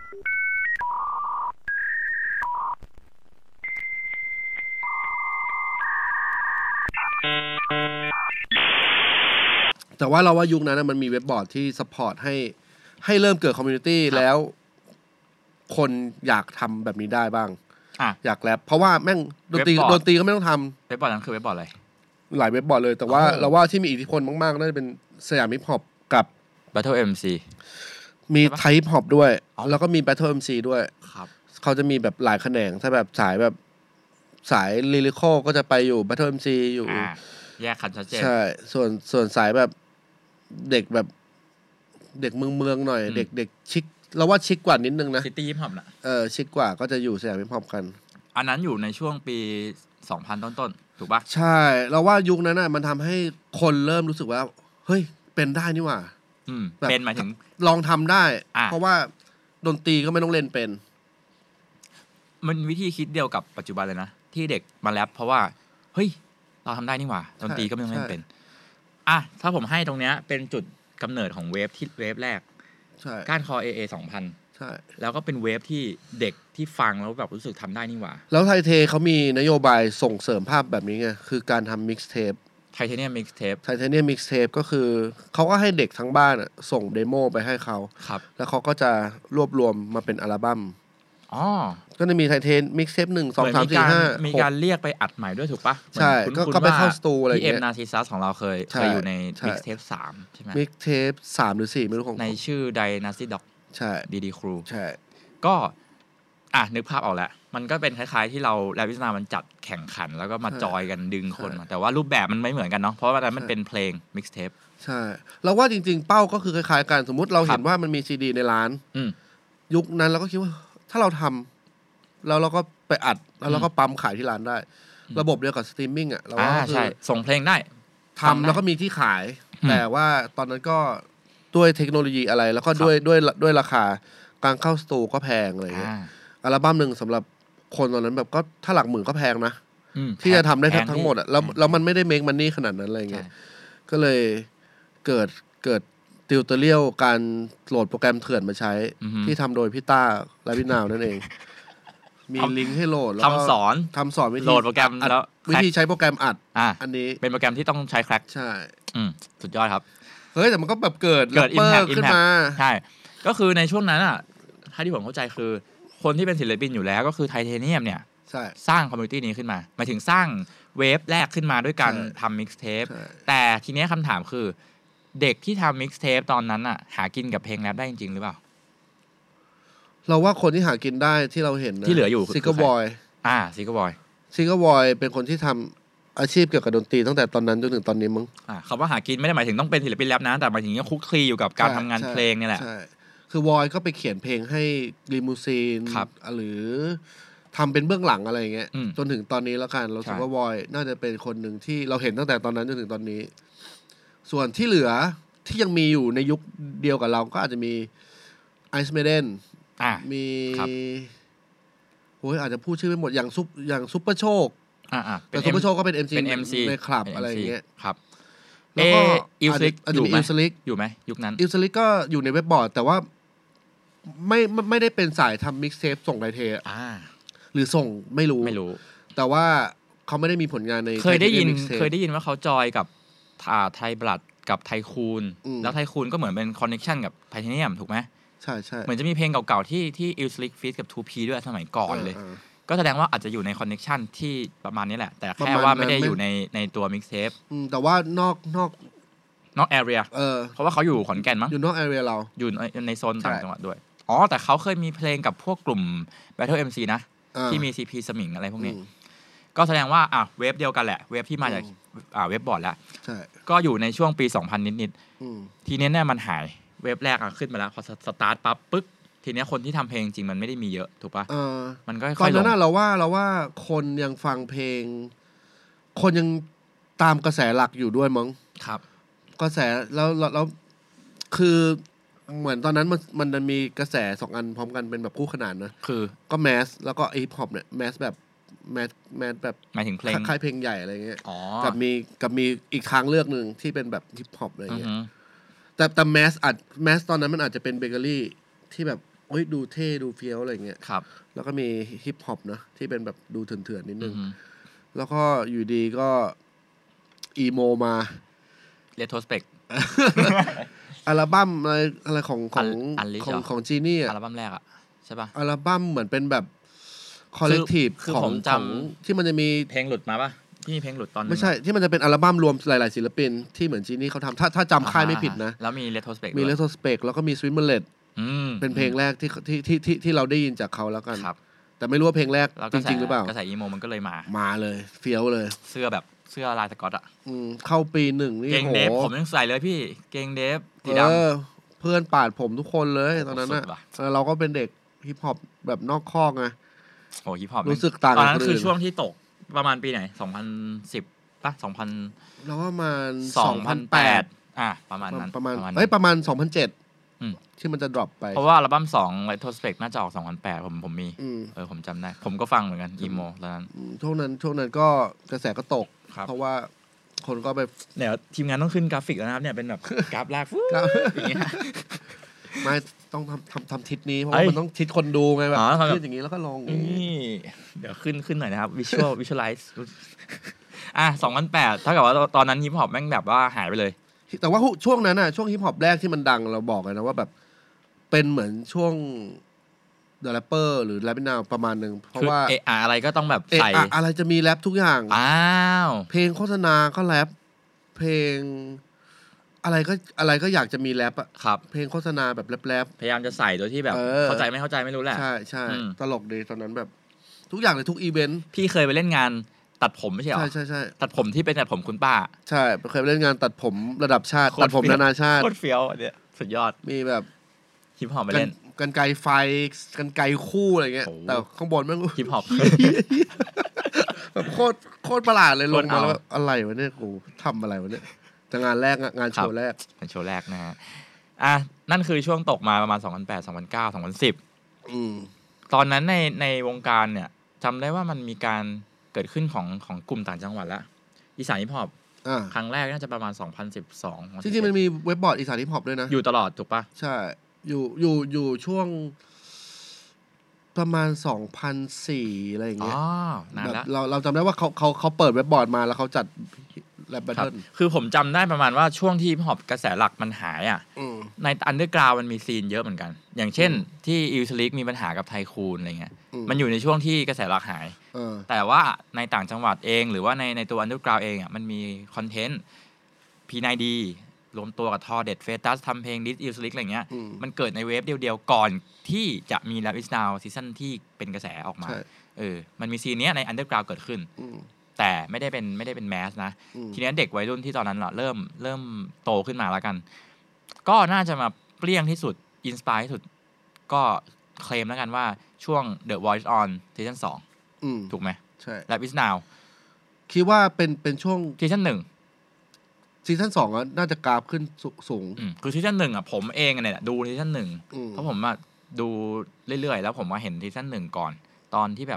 แต่ว่าเราว่ายุคนั้นมันมีเว็บบอร์ดที่ซัพพอร์ตให้ให้เริ่มเกิดคอมมูนิตี้แล้วคนอยากทำแบบนี้ได้บ้างอยากแรปเพราะว่าแม่งดนตรีดนตรีก็ไม่ต้องทำเว็บบอร์ดนั้นคือเว็บบอร์ดอะไรหลายเว็บบอร์ดเลยแต่ว่าเราว่าที่มีอิทธิพลมากๆน่าจะเป็นสยามฮิปฮอปกับ Battle เอ็ม ซีมีไทยฮิปฮอปด้วยแล้วก็มี Battle เอ็ม ซี ด้วยเขาจะมีแบบหลายแขนงถ้าแบบสายแบบสายลิริคอลก็จะไปอยู่ Battle เอ็ม ซี อยู่แยกขันชัดเจนใช่ส่วนส่วนสายแบบเด็กแบบเด็กเมืองเมืองหน่อยเด็กเด็กชิคเราว่าชิคกว่านิดนึงนะซิตี้ฮิปฮอปนะเออชิคกว่าก็จะอยู่สยามฮิปฮอปกันอันนั้นอยู่ในช่วงปีสองพันต้นๆถูกปะใช่เราว่ายุคนั้นน่ะมันทำให้คนเริ่มรู้สึกว่าเฮ้ยเป็นได้นี่หว่าเป็นหมายถึงลองทำได้เพราะว่าดนตรีก็ไม่ต้องเล่นเป็นมันวิธีคิดเดียวกับปัจจุบันเลยนะที่เด็กมาแรปเพราะว่าเฮ้ยเราทำได้นี่หว่าดนตรีก็ไม่ต้องเล่นเป็นอ่ะถ้าผมให้ตรงเนี้ยเป็นจุดกำเนิดของเวฟที่เวฟแรกก้านคอ เอ เอ สองพันใช่แล้วก็เป็นเวฟที่เด็กที่ฟังแล้วแบบรู้สึกทำได้นี่หว่าแล้วไทเทเขามีนโยบายส่งเสริมภาพแบบนี้ไงคือการทำมิกซ์เทปไทเทเนียมมิกซ์เทปไทเทเนียมมิกซ์เทปก็คือเขาก็ให้เด็กทั้งบ้านส่งเดโมไปให้เขาครับแล้วเขาก็จะรวบรวมมาเป็นอัลบั้มอ๋อก็จะมีไทเทนมิกซ์เทปหนึ่งสองสามสี่ห้ามีการเรียกไปอัดใหม่ด้วยถูกปะใช่ก็ไปเข้าสตูอะไรอย่างเงี้ยพี่เอ็มนาทิซัสของเราเคยเคยอยู่ในมิกซ์เทปสามใช่ไหมมิกซ์เทปสามหรือสี่ไม่รู้ของในชื่อไดนาซีด็อกใช่ดีดีครูใช่ก็อ่ะนึกภาพออกแล้วมันก็เป็นคล้ายๆที่เราแรปวิสนามันจัดแข่งขันแล้วก็มาจอยกันดึงคนมาแต่ว่ารูปแบบมันไม่เหมือนกันเนาะเพราะว่ามันเป็นเพลงมิกซ์เทปใช่เราว่าจริงๆเป้าก็คือคล้ายๆกันสมมุติเราเห็นว่ามันมีซีดีในร้านยุคนั้นเราก็คิดว่าถ้าเราทำแล้วเราก็ไปอัดแล้วเราก็ปั๊มขายที่ร้านได้ระบบเดียวกับสตรีมมิ่งอ่ะเราว่าใช่ส่งเพลงได้ทำแล้วก็มีที่ขายแต่ว่าตอนนั้นก็ด้วยเทคโนโลยีอะไรแล้วก็ด้วยด้วยด้วยราคาการเข้าสตูก็แพงอะไรเงี้ยอัลบั้มหนึ่งสำหรับคนตอนนั้นแบบก็ถ้าหลักหมื่นก็แพงนะที่จะทำได้ทั้งหมดอ่ะแล้วแล้วมันไม่ได้เมคมันนี่ขนาดนั้นอะไรเงี้ยก็เลยเกิดเกิดติวเตอร์เรียลการโหลดโปรแกรมเถื่อนมาใช้ที่ทำโดยพี่ต้าและพี่นาวนั่นเองมีลิงก์ให้โหลดแล้วทำสอนทำสอนวิธีโหลดโปรแกรมแล้ววิธีใช้โปรแกรมอัดอันนี้เป็นโปรแกรมที่ต้องใช้แคร็กใช่สุดยอดครับเฮ้ยแต่มันก็แบบเกิดเกิดอิมแพคขึ้นมาใช่ก็คือในช่วงนั้นอ่ะถ้าที่ผมเข้าใจคือคนที่เป็นศิลปินอยู่แล้วก็คือไทเทเนียมเนี่ยสร้างคอมมูนิตี้นี้ขึ้นมาหมายถึงสร้างเวฟแรกขึ้นมาด้วยการทำมิกซ์เทปแต่ทีนี้คำถามคือเด็กที่ทำมิกซ์เทปตอนนั้นอ่ะหากินกับเพลงแรปได้จริงๆหรือเปล่าเราว่าคนที่หากินได้ที่เราเห็นที่เหลืออยู่ซิกเกอร์บอยอ่าซิกเกอร์บอยซิกเกอร์บอยเป็นคนที่ทำอาชีพเกี่ยวกับดนตรีตั้งแต่ตอนนั้นจนถึงตอนนี้มั้งอ่าคำว่าหากินไม่ได้หมายถึงต้องเป็นศิลปินแรปนะแต่หมายถึงยังคุกคลีอยู่กับการทำงานเพลงนี่แหละใช่คือวอยก็ไปเขียนเพลงให้ลิมูซีนหรือทำเป็นเบื้องหลังอะไรอย่างเงี้ยจนถึงตอนนี้แล้วกันเราคิดว่าวอยน่าจะเป็นคนหนึ่งที่เราเห็นตั้งแต่ตอนนั้นจนถึงตอนนี้ส่วนที่เหลือที่ยังมีอยู่ในยุคเดียวกับเราก็อาจจะมีไอซ์เมเดนมีโอ้ยอาจจะพูดชื่อไม่หมดอย่างซุปอย่างซุปเปอร์โชคแต่ซุปเปอร์โชคก็เป็น เอ็ม ซี ในคลับอะไรอย่างเงี้ยครับแล้วก็อิลสลิกอาจอจะยู่มีไหมอิลสลิกอยู่ไหมยุคนั้นอิลสลิกก็อยู่ในเว็บบอร์ดแต่ว่าไม่ไม่ไม่ได้เป็นสายทำมิกซ์เทปส่งไดเทปอ่าหรือส่งไม่รู้ไม่รู้แต่ว่าเขาไม่ได้มีผลงานในเคยได้ยิน Mixtape เคยได้ยินว่าเขาจอยกับอ่าไทยบลัดกับไทคูนอืมแล้วไทคูนก็เหมือนเป็นคอนเนคชันกับไทเทเนียมถูกไหมใช่ใช่เหมือนจะมีเพลงเก่าๆที่ที่อิลสลิกฟีสกับ ทู พี ด้วยสมัยก่อนเลยาก็แสดงว่าอาจจะอยู่ในคอนเนคชันที่ประมาณนี้แหละ แต่ประแค่มาณว่าไม่ได้นั้นอยู่ในในตัวมิกซ์เทปอืมแต่ว่านอกนอกนอกแอเรียเออเพราะว่าเขาอยู่ขอนแก่นมั้งอยู่นอกแอเรียเราอยู่ในในโซนใช่ต่างจังหวัดด้วย อ๋อ แต่เขาเคยมีเพลงกับพวกกลุ่ม Battle เอ็ม ซี นะอ่าที่มี ซี พี สมิงอะไรพวกนี้อืมก็แสดงว่าอ่ะเว็บเดียวกันแหละ เว็บที่มาจากอืมอ่าเว็บบอร์ดแล้วใช่ก็อยู่ในช่วงปี สองพัน นิดอืมๆ ทีนี้เนี่ยมันหายเว็บแรกอ่ะขึ้นมาแล้ว พอสตาร์ทปั๊บปึ๊กทีนี้คนที่ทำเพลงจริงมันไม่ได้มีเยอะถูกปะเออมันก็ตค่ออน ยๆลนั้งนน่ะเราว่าเราว่าคนยังฟังเพลง คนยังตามกระแสหลักอยู่ด้วยมั้งครับกระแสแล้วแล้วแล้วคือเหมือนตอนนั้นมันมันจะมีกระแสสองอันพร้อมกันเป็นแบบคู่ขนานนะคือก็แมสแล้วก็ฮิปฮอปเนี่ยแมสแบบแมสแมสแบบหมายถึงเพลงค่ายเพลงใหญ่อะไรเงี้ยอ๋อกับมีกับมีอีกทางเลือกหนึ่งที่เป็นแบบฮิปฮอปอะไรอือเงี้ยฮึแต่แต่แมสอาจแมสตอนนั้นมันอาจจะเป็นเบเกอรี่ที่แบบเฮ้ยดูเท่ดูเฟี้ยวอะไรเงี้ยครับแล้วก็มีฮิปฮอปนะที่เป็นแบบดูเถื่อนๆนิดนึอืงอฮึแล้วก็อยู่ดีก็อีโมมาเรโทรสเปกอัลบั้มอะไรอะไรของของ Unleash ของเหรอของจีนี่อัอะลบั้มแรกอ่ะใช่ปะอัลบั้มเหมือนเป็นแบบคอลเลกทีฟคือของผมจำของที่มันจะมีเพลงหลุดมาปะที่มีเพลงหลุดตอนนึงไม่ใช่ที่มันจะเป็นอัลบั้มรวมหลาย ๆ ศิลปินที่เหมือนจีนี่เขาทำถ้าถ้าจำค่ายไม่ผิดนะแล้วมีเรโทรสเปกมีเลโทสเปกแล้วก็มีสวิมเมอร์เลตอืมเป็นเพลงแรกที่ที่ที่ที่ที่เราได้ยินจากเขาแล้วกันครับแต่ไม่รู้ว่าเพลงแรกแล้วจกระแสริง ๆ หรือเปล่ากระแสอีโมมันก็เลยมามาเลยเฟี้ยวเลยเสื้อแบบเสื้อลายสก๊อตอะอืมเข้าปีหนึ่งนี่เกงโหเดฟผมยังใส่เลยพี่เกงเดฟสีดเออเพื่อนปาดผมทุกคนเลยตอนนั้นสุน่ะดว่ะเออเราก็เป็นเด็กฮิปฮอปแบบนอกคอกไงำโอ้ฮิปฮอปรู้สึกต่างตอกัน บนั้นคนคืออื่นช่วงที่ตกประมาณปีไหนสองพันสิบป่ะสองพันเราว่าประมาณสองพันแปดอ่ะประมาณนั้นประมาณนั้นเอ้ยประมาณสองพันเจ็ดอืมที่มันจะดรอปไปเพราะว่าอัลบั้มสองไ e โทรสเปกน่าจะออกสองพันแปดผมผมมีอืมเออผมจำได้ ผมก็ฟังเหมือนกันอีโมตอนนั้นอืมช่วงนั้นช่วงนั้นก็กระแสก็ตกครับเพราะว่าคนก็ไปเดี๋ยวทีมงานต้องขึ้นกราฟิกแล้วนะครับเนี่ยเป็นแบบ กราฟลากฟู๊กราฟอย่างเงี้ยไม่ต้องทำทำทำทิศนี้เพราะเอ้ว่าย มันต้องทิศคนดูไงแบบอ๋อทำแบบทิศอย่างนี้แล้วก็ลงอย่างนี้นี่เดี๋ยวขึ้นขึ้นหน่อยนะครับ visual visualize อ่ะสองพันแปดถ้ากับว่าตอนนั้นฮิปฮอปแม่งแบบว่าหายไปเลยแต่ว่าช่วงนั้นน่ะช่วงฮิปฮอปแรกที่มันดังเราบอกเลยนะว่าแบบเป็นเหมือนช่วง The Rapper หรือ Rap Now ประมาณหนึ่งเพราะคือว่าเอะอะอะไรก็ต้องแบบเอะใส่อะอะไรจะมีแรปทุกอย่างอ้าวเพลงโฆษณาก็แรปเพลง อะไรก็อะไรก็อยากจะมีแรปอะครับเพลงโฆษณาแบบแรปพยายามจะใส่โดยที่แบบเออเข้าใจไม่เข้าใจไม่รู้แหละๆใช่ใช่อืมตลกดีตอนนั้นแบบ ทุกอย่างเลยทุกอีเวนต์พี่เคยไปเล่นงานตัดผมไม่ใช่เหรอใช่ใช่ใช่ตัดผมที่เป็นตัดผมคุณป้าใช่เคยไปเล่นงานตัดผมระดับชาติโคตรตัดผมเฟี้ยวนานาชาติโคตรเฟี้ยวอันเนี่ยสุดยอดมีแบบฮิปฮอปไปกันเล่นกันไกรไฟกันไกรคู่อะไรเงี้ยโอ้โหแต่ข้างบนแม่งฮิปฮอปแบบโคตรโคตรประหลาดเลยลงโคตรมาเอาแล้วแบบอะไรวะเนี่ยกูทำอะไรวะเนี่ยแต่งานแรกอะงานโชว์แรกเป็นโชว์แรกนะฮะอ่ะนั่นคือช่วงตกมาประมาณสองพันแปด สองพันเก้า สองพันสิบอืมตอนนั้นในในวงการเนี่ยจำได้ว่ามันมีการเกิดขึ้นของของกลุ่มต่างจังหวัดแล้วอีสานฮิปฮอปอ่าครั้งแรกน่าจะประมาณ สองพันสิบสองจริงๆมันมีเว็บบอร์ดอีสานฮิปฮอปด้วยนะอยู่ตลอดถูกปะใช่ อยู่อยู่อยู่ช่วงประมาณสองพันสี่อะไรอย่างอ๋เงี้อย นานแบบแล้วเราเราจำได้ว่าเขาเขาเขาเปิดเว็บบอร์ดมาแล้วเขาจัดแรปแบทครับเทิลคือผมจำได้ประมาณว่าช่วงที่ฮิปฮอปกระแสหลักมันหายอ่ะอืมในอันเดอร์กราวมันมีซีนเยอะเหมือนกัน อย่างเช่นอืมที่อิลสลิกมีปัญหากับไทคูนอะไรเงี้ยอืมมันอยู่ในช่วงที่กระแสหลักหายเออแต่ว่าในต่างจังหวัดเองหรือว่าในในตัวอันเดอร์กราวเองอ่ะมันมีคอนเทนต์ พี ไนน์ ดี รวมตัวกับทอเด็ดเฟตัสทำเพลงดิสอิลสลิกอะไรเงี้ยอืมมันเกิดในเวฟเดียวๆก่อนที่จะมี Rap is Now ซีซั่นที่เป็นกระแสออกมาใช่เออมันมีซีนเนี้ยในอันเดอร์กราวเกิดขึ้นอืมแต่ไม่ได้เป็นไม่ได้เป็นแมสนะอืมทีนี้เด็กวัยรุ่นที่ตอนนั้นเริ่มเริ่มโตขึ้นมาแล้วกัน ก็น่าจะมาเปรี้ยงที่สุดอินสปายที่สุด ก็เคลมแล้วกันว่าช่วง The Voice On ซีซั่นสองอืมถูกไหมใช่ Rap is Now คิดว่าเป็นเป็นช่วงซีซั่นหนึ่งซีซั่นสองอะน่าจะกราฟขึ้นสูสูงอืมคือซีซั่นหนึ่งอ่ะผมเองเนี่ยดูซีซั่นหนึ่งอืมเพราะผมอะดูเรื่อยๆ แล้วผมมาเห็นซีซั่นหนึ่งก่อน ตอนที่แบบ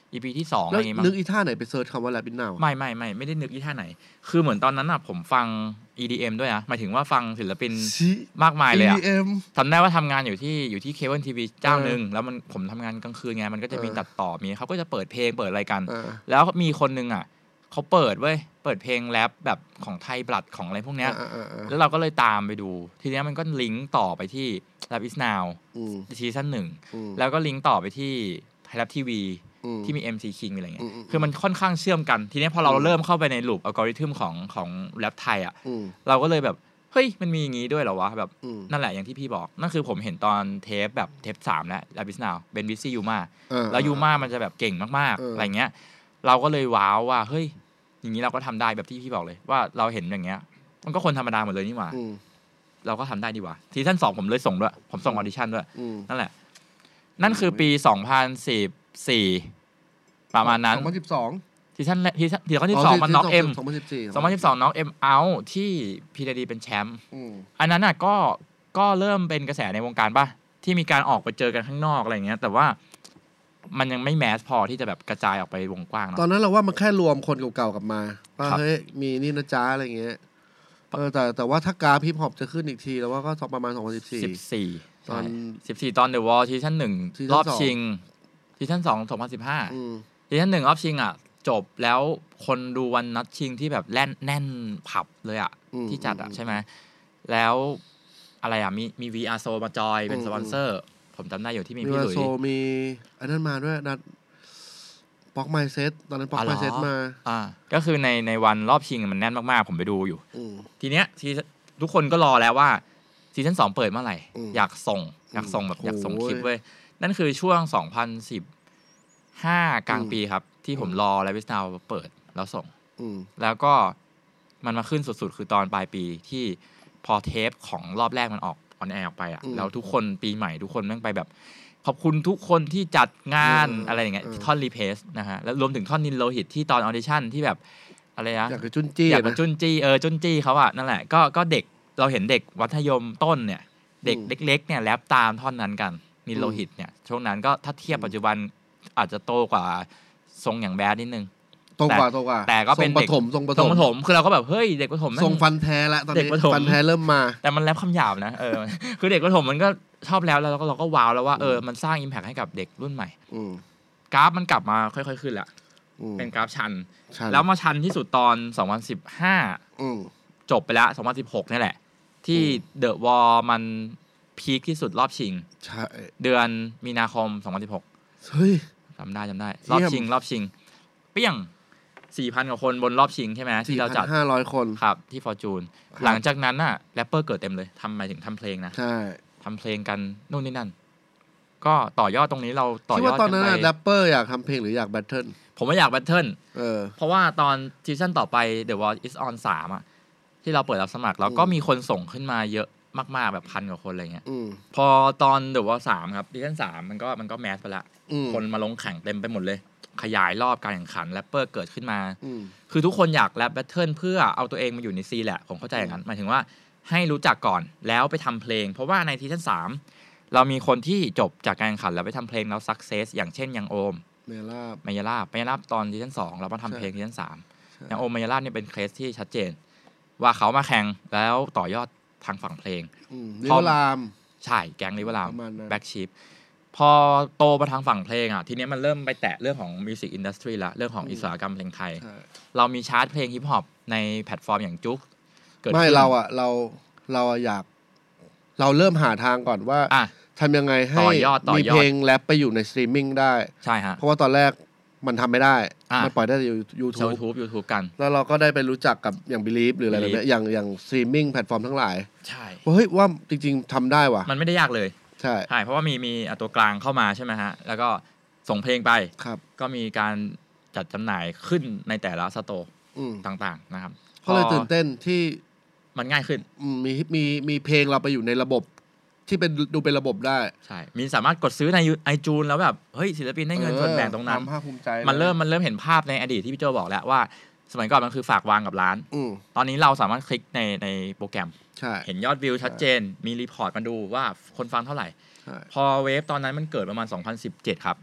อี พี ที่สองอะไรอย่างงี้มั้งนึกอีท่าไหนไปเซิร์ชคำว่า Rap It Now ไม่ไม่ไม่ไม่ได้นึกอีท่าไหนคือเหมือนตอนนั้นอ่ะผมฟัง อี ดี เอ็ม ด้วยนะหมายถึงว่าฟังศิลปินมากมายเลยอ่ะทำได้ว่าทำงานอยู่ที่อยู่ที่เคเบิลทีวีเจ้านึงแล้วมันผมทำงานกลางคืนไงมันก็จะมีตัดต่อมีเขาก็จะเปิดเพลงเปิดอะไรกันแล้วมีคนนึงอ่ะเขาเปิดเว้ยเปิดเพลงแรปแบบของไทยบลัดของอะไรพวกเนี้ยแล้วเราก็เลยตามไปดูทีนี้มันก็ลิงก์ต่อไปที่ Rap Is Now ซีซั่นหนึ่งแล้วก็ลิงก์ต่อไปที่ไทยรัฐทีวีที่มี เอ็ม ซี King อะไรเงี้ยคือมันค่อนข้างเชื่อมกันทีนี้พอเราเริ่มเข้าไปในลูปอัลกอริทึมของของแรปไทยอ่ะเราก็เลยแบบเฮ้ยมันมีอย่างงี้ด้วยเหรอวะแบบนั่นแหละอย่างที่พี่บอกนั่นคือผมเห็นตอนเทปแบบเทปสามแล้ว Rap Is Now เป็นวิซี่ยูมาแล้วยูมามันจะแบบเก่งมากๆอะไรเงี้ยเราก็เลยว้าวว่าเฮ้ยอย่างนี้เราก็ทำได้แบบที่พี่บอกเลยว่าเราเห็นอย่างเงี้ยมันก็คนธรรมดาหมดเลยนี่หว่าเราก็ทำได้ดีกว่าซีซั่นสองผมเลยส่งด้วยผมส่งออดิชั่นด้วยนั่นแหละนั่นคือปีสองพันสิบสี่ประมาณนั้นสองพันสิบสองซีซั่นซีซั่นซีซั่นที่สองมันน็อกเอ็มสองพันสิบสี่สองพันสิบสองน็อกเอ็มเอาที่พีดีดีเป็นแชมป์อันนั้นน่ะก็ก็เริ่มเป็นกระแสในวงการป่ะที่มีการออกไปเจอกันข้างนอกอะไรอย่างเงี้ยแต่ว่ามันยังไม่แมสพอที่จะแบบกระจายออกไปวงกว้างนะตอนนั้นเราว่ามันแค่รวมคนเก่าๆกลับมาว่าเฮ้ยมีนี่นะจ๊ะอะไรเงี้ยเออแต่แต่ว่าถ้ากราฟฮิปฮอปจะขึ้นอีกทีแล้วว่าก็ประมาณสองพันสิบสี่สิบสี่ตอนสิบสี่ตอน The Wall ซีซั่นหนึ่งรอบชิงซีซั่นสอง สองพันสิบห้าซีซั่นหนึ่งรอบชิงอ่ะจบแล้วคนดูวันนัดชิงที่แบบแน่นแน่นผับเลยอ่ะที่จัดอ่ะใช่ไหมแล้วอะไรอ่ะมีมี วี อาร์ โซ มาจอยเป็นสปอนเซอร์ผมจำได้อยู่ที่มีพี่หลุยวี อาร์ โซ มีอันนั้นมาด้วยนัดป๊อกไมเซ็ตตอนนั้นป๊อกไมเซ็ตมาอ่าก็คือในในวันรอบชิงมันแน่นมากๆผมไปดูอยู่ทีเนี้ยทุกคนก็รอแล้วว่าซีซั่นสองเปิดเมื่อไหร่อยากส่งอยากส่งแบบอยากส่งคลิปเว้ยนั่นคือช่วงสองพันสิบห้ากลางปีครับที่ผมรอRap Is Nowเปิดแล้วส่งแล้วก็มันมาขึ้นสุดๆคือตอนปลายปีที่พอเทปของรอบแรกมันออกออนแอร์ออกไปอ่ะแล้วทุกคนปีใหม่ทุกคนแม่งไปแบบขอบคุณทุกคนที่จัดงานอะไรอย่างเงี้ยท่อนรีเพสนะฮะแล้วรวมถึงท่อนนินโลหิตที่ตอนออดิชั่นที่แบบอะไรนะอยากจะจุนจี้อยากจะจุนจี้เออจุนจี้เขาอ่ะนั่นแหละก็ก็เด็กเราเห็นเด็กมัธยมต้นเนี่ยเด็กเล็กๆเนี่ยแรปตามท่อนนั้นกันนินโลหิตเนี่ยช่วงนั้นก็ถ้าเทียบปัจจุบันอาจจะโตกว่าทรงอย่างแบดนิดนึงโตกว่าโตกว่าแต่ก็เป็นเด็กทรงปฐมทรงปฐมคือเราก็แบบเฮ้ยเด็กปฐมทรงฟันแท้ละตอนนี้ฟันแท้เริ่มมาแต่มันแรปคำหยาบนะเออคือเด็กปฐมมันก็ชอบแล้วแล้วเราก็เราก็ว้าวแล้วว่าเออมันสร้างอิมแพคให้กับเด็กรุ่นใหม่กราฟมันกลับมาค่อยๆขึ้นละเป็นกราฟชันแล้วมาชันที่สุดตอนสองพันสิบห้าจบไปแล้วสองพันสิบหกนี่แหละที่เดอะวอลมันพีคที่สุดรอบชิงเดือนมีนาคมสองพันสิบหกเฮ้ยจำได้จำได้รอบชิงรอบชิงเปี้ยง สี่พัน กว่าคนบนรอบชิงใช่ไหมที่เราจัดสี่พันห้าร้อย คนครับที่ฟอร์จูนหลังจากนั้นน่ะแรปเปอร์เกิดเต็มเลยทำหมายถึงทำเพลงนะใช่ทำเพลงกันนู่นนี่นั่นก็ต่อยอดตรงนี้เราต่อยอดกันไปคิดว่าตอนนั้นแรปเปอร์อยากทำเพลงหรืออยากแบทเทิลผมว่าอยากแบทเทิลเออเพราะว่าตอนซีซั่นต่อไป The Wall is on สามอ่ะที่เราเปิดรับสมัครแล้วก็มีคนส่งขึ้นมาเยอะมากๆแบบพันกว่าคนอะไรเงี้ยพอตอน The Wall สามครับซีซั่นสามมันก็มันก็แมสไปละคนมาลงแข่งเต็มไปหมดเลยขยายรอบการแข่งขันแรปเปอร์เกิดขึ้นมาคือทุกคนอยากแรปแบทเทิลเพื่อเอาตัวเองมาอยู่ในซีแหละผมเข้าใจอย่างนั้นหมายถึงว่าให้รู้จักก่อนแล้วไปทำเพลงเพราะว่าในซีซั่นสามเรามีคนที่จบจากการแข่งขันแล้วไปทำเพลงแล้วซักเซสอย่างเช่นยังโอมเมยราบเมยราบเมยราบตอนซีซั่นสองเรามาทำเพลงซีซั่นสามยังโอมเมยราบเนี่ยเป็นเคสที่ชัดเจนว่าเขามาแข่งแล้วต่อยอดทางฝั่งเพลงลิเวอร์ลามใช่แก๊งลิเวอร์ลามแบ็คชีฟพอโตมาทางฝั่งเพลงอ่ะทีนี้มันเริ่มไปแตะเรื่องของมิวสิกอินดัสทรีละเรื่องของอุตสาหกรรมเพลงไทยเรามีชาร์ตเพลงฮิปฮอปในแพลตฟอร์มอย่างจุ๊กเกิดไม่เราอ่ะเราเราอยากเราเริ่มหาทางก่อนว่าทำยังไงให้มีเพลงแรปไปอยู่ในสตรีมมิ่งได้ใช่ฮะเพราะว่าตอนแรกมันทำไม่ได้มันปล่อยได้ใน YouTube YouTube YouTube กันแล้วเราก็ได้ไปรู้จักกับอย่าง Believe หรืออะไรแบบนี้อย่างอย่างสตรีมมิ่งแพลตฟอร์มทั้งหลายใช่ว่าเฮ้ยว่าจริงๆทำได้ว่ะมันไม่ได้ยากเลยใช่ใช่เพราะว่ามีมีตัวกลางเข้ามาใช่ไหมฮะแล้วก็ส่งเพลงไปก็มีการจัดจำหน่ายขึ้นในแต่ละสโตร์ต่างๆนะครับก็เลยตื่นเต้นที่มันง่ายขึ้นมีมีมีเพลงเราไปอยู่ในระบบที่เป็นดูเป็นระบบได้ใช่มีสามารถกดซื้อใน iTunes แล้วแบบเฮ้ยศิลปินได้เงินส่วนแบ่งตรงนั้นภาคภูมิใจมันเริ่มมันเริ่มเห็นภาพในอดีตที่พี่โจบอกแล้วว่าสมัยก่อนมันคือฝากวางกับร้านตอนนี้เราสามารถคลิกในในโปรแกรมเห็นยอดวิวชัดเจนมีรีพอร์ตมาดูว่าคนฟังเท่าไหร่พอเวฟตอนนั้นมันเกิดประมาณสองพันสิบเจ็ดครับ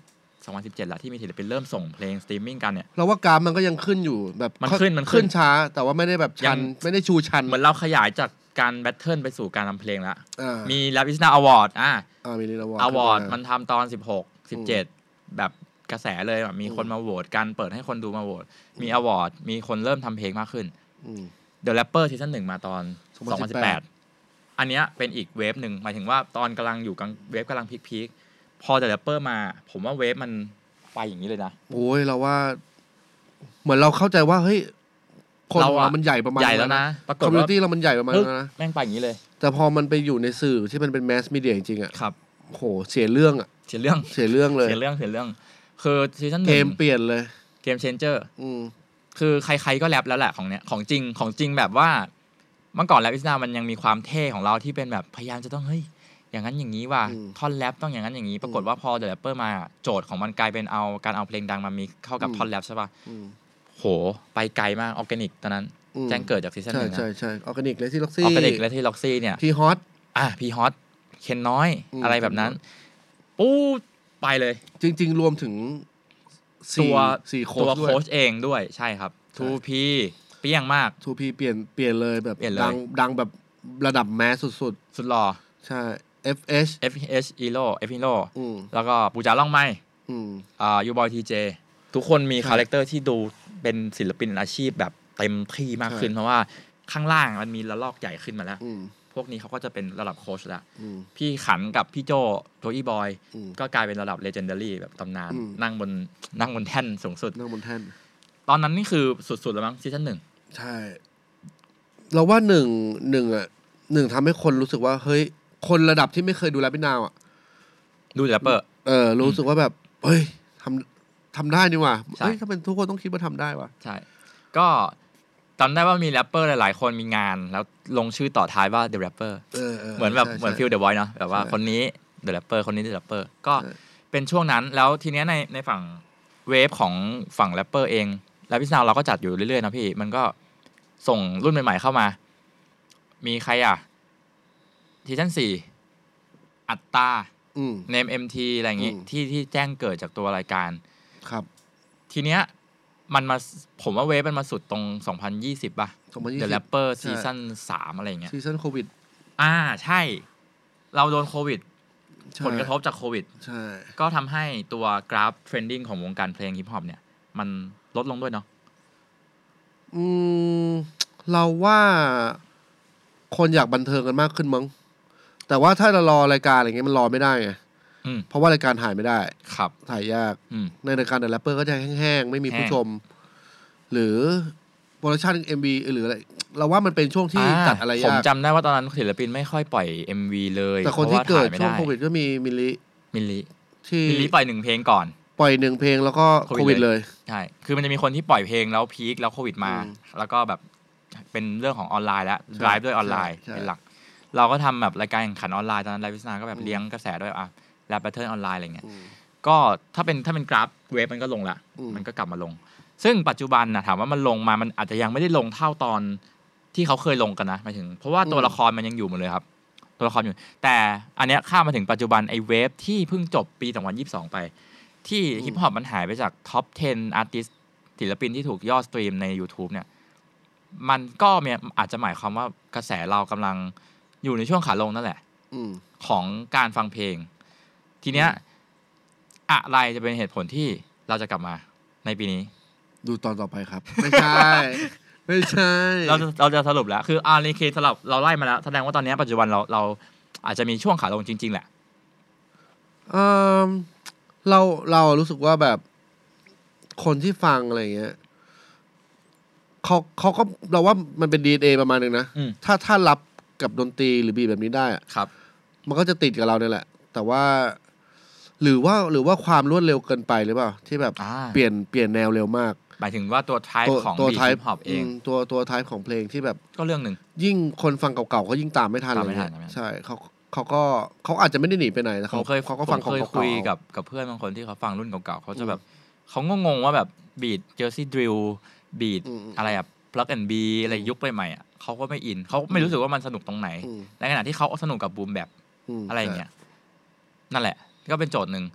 สองพันสิบเจ็ดแล้วที่มีศิลปินเริ่มส่งเพลงสตรีมมิ่งกันเนี่ยเราว่ากราฟมันก็ยังขึ้นอยู่แบบมันขึ้นมันขึ้นช้าแต่ว่าไม่ได้แบบชันไม่ได้ชูชันเหมือนเราขยายจากการแบทเทิลไปสู่การทำเพลงแล้วมี Lavisna Award อ่าอ่ามี Award มันทำตอนสิบหก สิบเจ็ดแบบกระแสเลยแบบมีคนมาโหวตกันเปิดให้คนดูมาโหวตมี Award มีคนเริ่มทำเพลงมากขึ้น The Rapper ซีซั่นหนึ่งมาตอนสองพันสิบแปดอันเนี้ยเป็นอีกเวฟหนึ่งหมายถึงว่าตอนกำลังอยู่กลางเวฟกำลังพีคๆพอ The Rapper มาผมว่าเวฟมันไปอย่างนี้เลยนะโอ้ยเราว่าเหมือนเราเข้าใจว่าเฮ้ยคนเรามันใหญ่ประมาณใหญ่แล้วนะปรากฏว่าคอมมูนิตี้เรามันใหญ่ประมาณนั้นนะแม่งไปอย่างนี้เลยแต่พอมันไปอยู่ในสื่อที่มันเป็นแมสมีเดียจริงๆอ่ะครับโหเสียเรื่องอ่ะเสียเรื่องเสียเรื่องเลยเสียเรื่องเสียเรื่องคือซีซั่นหนึ่งเกมเปลี่ยนเลยเกมเชนเจอร์อืมคือใครๆก็แรปแล้วแหละของเนี้ยของจริงของจริงแบบว่าเมื่อก่อนแรปอิสนามันยังมีความเท่ของเราที่เป็นแบบพยายามจะต้องเฮ้ยอย่างนั้นอย่างนี้ว่ะท่อนแรปต้องอย่างนั้นอย่างนี้ปรากฏว่าพอเดอะแรปเปอร์มาโจทย์ของมันกลายเป็นเอาการเอาเพลงดังมามีเข้ากับท่อนแรปใช่ป่ะโหไปไกลมากออร์แกนิกตอนนั้นแจ้งเกิดจากซีซั่นหนึ่งใช่ใช่ออร์แกนิกและที่ล็อกซี่ออร์แกนิกและที่ล็อกซี่เนี่ยพีฮอตอ่ะพีฮอตเคนน้อยอะไรแบบนั้นปู๊ไปเลยจริงๆรวมถึงตัวสี่โค้ชตัวโค้ชเองด้วยใช่ครับ ทู พี เปี้ยงมากทู พี เปลี่ยนเปลี่ยนเลยแบบดังดังแบบระดับแมสสุดๆสุดหล่อใช่ เอฟ เอชเอฟ เอช Elo F Elo แล้วก็ปูจาล่องไม้อ่ายูบอย ที เจ ทุกคนมีคาแรคเตอร์ที่ดูเป็นศิลปินอาชีพแบบเต็มที่มากขึ้นเพราะว่าข้างล่างมันมีระลอกใหญ่ขึ้นมาแล้วพวกนี้เขาก็จะเป็นระดับโค้ชแล้วพี่ขันกับพี่โจโจอี้บอยก็กลายเป็นระดับเลเจนดารี่แบบตำนานนั่งบนนั่งบนแท่นสูงสุดนั่งบนแท่นตอนนั้นนี่คือสุดๆแล้วมั้งซีซั่นหนึ่งใช่เราว่าหนึ่งหนึ่งอ่ะหนึ่งทำให้คนรู้สึกว่าเฮ้ยคนระดับที่ไม่เคยดูแรปปี้นาวอ่ะดูแรปเปอร์เออรู้สึกว่าแบบเฮ้ยทำทำได้นี่ว่ะเฮ้ยถ้าเป็นทุกคนต้องคิดว่าทำได้ว่ะใช่ก็จำได้ว่ามีแรปเปอร์หลายๆคนมีงานแล้วลงชื่อต่อท้ายว่า The Rapper เหมือนแบบเหมือนฟิล The Voice เนาะแบบว่าคนนี้ The Rapper คนนี้ The Rapper ก็เป็นช่วงนั้นแล้วทีเนี้ยในในฝั่งเวฟของฝั่งแรปเปอร์เองแล้วพี่สาวเราก็จัดอยู่เรื่อยๆนะพี่มันก็ส่งรุ่นใหม่ๆเข้ามามีใครอ่ะซีซั่นสี่อัตตาเนม เอ็ม ที อะไรอย่างงี้ที่ที่แจ้งเกิดจากตัวรายการครับทีเนี้ยมันมาผมว่าเวฟมันมาสุดตรงสองพันยี่สิบป่ะ The Rapper ซีซั่นสามอะไรอย่างเงี้ยซีซั่นโควิดอ่าใช่เราโดนโควิดผลกระทบจากโควิดใช่ก็ทำให้ตัวกราฟเทรนดิ้งของวงการเพลงฮิปฮอปเนี่ยมันลดลงด้วยเนาะอืมเราว่าคนอยากบันเทิงกันมากขึ้นมั้งแต่ว่าถ้าเรารอรายการอะไรเงี้ยมันรอไม่ได้ไงเพราะว่ารายการถ่ายไม่ได้ครับถ่ายยากในรายการเดอะแรปเปอร์ก็จะแห้งๆไม่มีผู้ชมหรือโปรดักชั่น เอ็ม วี หรืออะไรเราว่ามันเป็นช่วงที่จัดอะไรยากผมจำได้ว่าตอนนั้นศิลปินไม่ค่อยปล่อย เอ็ม วี เลยแต่คนที่เกิดช่วงโควิดก็มีมิลลิมิลลิที่มิลลิปล่อยหนึ่งเพลงก่อนปล่อยหนึ่งเพลงแล้วก็โควิดเลยใช่คือมันจะมีคนที่ปล่อยเพลงแล้วพีคแล้วโควิดมาแล้วก็แบบเป็นเรื่องของออนไลน์แล้วไลฟ์ด้วยออนไลน์เป็นหลักเราก็ทำแบบรายการแข่งขันออนไลน์ตอนนั้นไลฟ์วิสนาก็แบบเลี้ยงกระแสด้วยอ่ะแรปแบทเทิลออนไลน์อะไรเงี้ยก็ถ้าเป็นถ้าเป็นกราฟเวฟมันก็ลงละมันก็กลับมาลงซึ่งปัจจุบันนะถามว่ามันลงมามันอาจจะยังไม่ได้ลงเท่าตอนที่เขาเคยลงกันนะหมายถึงเพราะว่าตัวละครมันยังอยู่หมดเลยครับตัวละครอยู่แต่อันเนี้ยข้ามมาถึงปัจจุบันไอ้เวฟที่เพิ่งจบปีสองพันยี่สิบสองไปที่ฮิปฮอปมันหายไปจากท็อปสิบอาร์ติสต์ศิลปินที่ถูกยอดสตรีมใน YouTube เนี่ยมันก็อาจจะหมายความว่ากระแสเรากำลังอยู่ในช่วงขาลงนั่นแหละของการฟังเพลงทีเนี้ยอะไรจะเป็นเหตุผลที่เราจะกลับมาในปีนี้ดูตอนต่อไปครับไม่ใช่ไม่ใช่เราเราจะสรุปแล้วคืออาร์เคสำหรับเราไล่มาแล้วแสดงว่าตอนนี้ปัจจุบันเราเราอาจจะมีช่วงขาลงจริงๆแหละเออเราเรารู้สึกว่าแบบคนที่ฟังอะไรเงี้ยเขาเขาก็เราว่ามันเป็น ดี เอ็น เอ ประมาณนึงนะถ้าถ้ารับกับดนตรีหรือบีแบบนี้ได้อะครับมันก็จะติดกับเราเนี่ยแหละแต่ว่าหรือว่าหรือว่าความรวดเร็วเกินไปหรือเปล่าที่แบบเปลี่ยนเปลี่ยนแนวเร็วมากหมายถึงว่าตัวไทป์ของบีทฮิปฮอปเองตัวตัวไทป์ของเพลงที่แบบก็เรื่องนึงยิ่งคนฟังเก่าๆก็ยิ่งตามไม่ทันเลยใช่เขาเขาก็เขาอาจจะไม่ได้หนีไปไหนแต่เขาเขาก็ฟังของเก่าๆคุยกับกับเพื่อนบางคนที่เขาฟังรุ่นเก่าๆเขาจะแบบเขางงๆว่าแบบบีทเจอร์ซี่ดริลบีทอะไรอะPlug and B อะไรยุคใหม่ๆอ่ะเขาก็ไม่อินเขาไม่รู้สึกว่ามันสนุกตรงไหนในขณะที่เขาสนุกกับบูมแบบอะไรอย่างเงี้ยนั่นแหละก็เป็นโจทย์หนึ่ง